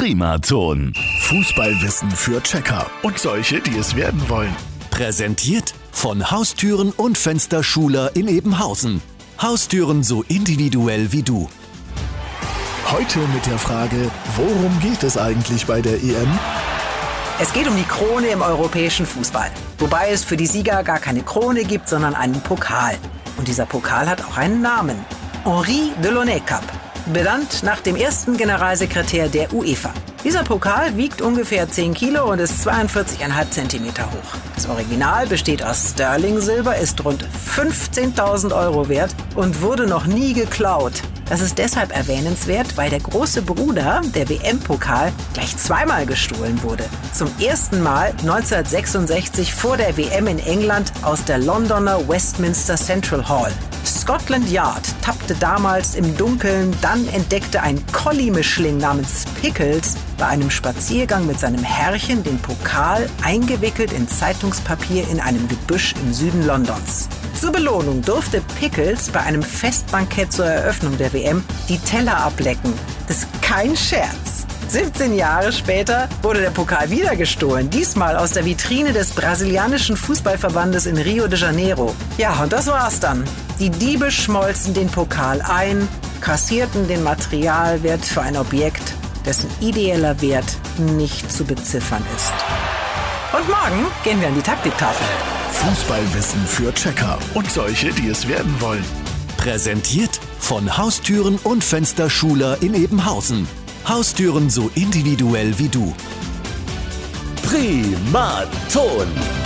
Primaton. Fußballwissen für Checker und solche, die es werden wollen. Präsentiert von Haustüren und Fenster Schuler in Ebenhausen. Haustüren so individuell wie du. Heute mit der Frage, worum geht es eigentlich bei der EM? Es geht um die Krone im europäischen Fußball. Wobei es für die Sieger gar keine Krone gibt, sondern einen Pokal. Und dieser Pokal hat auch einen Namen. Henri Delaunay Cup. Benannt nach dem ersten Generalsekretär der UEFA. Dieser Pokal wiegt ungefähr 10 Kilo und ist 42,5 Zentimeter hoch. Das Original besteht aus Sterling-Silber, ist rund 15.000 Euro wert und wurde noch nie geklaut. Das ist deshalb erwähnenswert, weil der große Bruder, der WM-Pokal, gleich zweimal gestohlen wurde. Zum ersten Mal 1966 vor der WM in England aus der Londoner Westminster Central Hall. Scotland Yard tappte damals im Dunkeln, dann entdeckte ein Collie-Mischling namens Pickles bei einem Spaziergang mit seinem Herrchen den Pokal eingewickelt in Zeitungspapier in einem Gebüsch im Süden Londons. Zur Belohnung durfte Pickles bei einem Festbankett zur Eröffnung der WM die Teller ablecken. Das ist kein Scherz. 17 Jahre später wurde der Pokal wieder gestohlen, diesmal aus der Vitrine des brasilianischen Fußballverbandes in Rio de Janeiro. Ja, und das war's dann. Die Diebe schmolzen den Pokal ein, kassierten den Materialwert für ein Objekt, dessen ideeller Wert nicht zu beziffern ist. Und morgen gehen wir an die Taktiktafel. Fußballwissen für Checker und solche, die es werden wollen. Präsentiert von Haustüren und Fenster Schuler in Ebenhausen. Haustüren so individuell wie du. Primaton.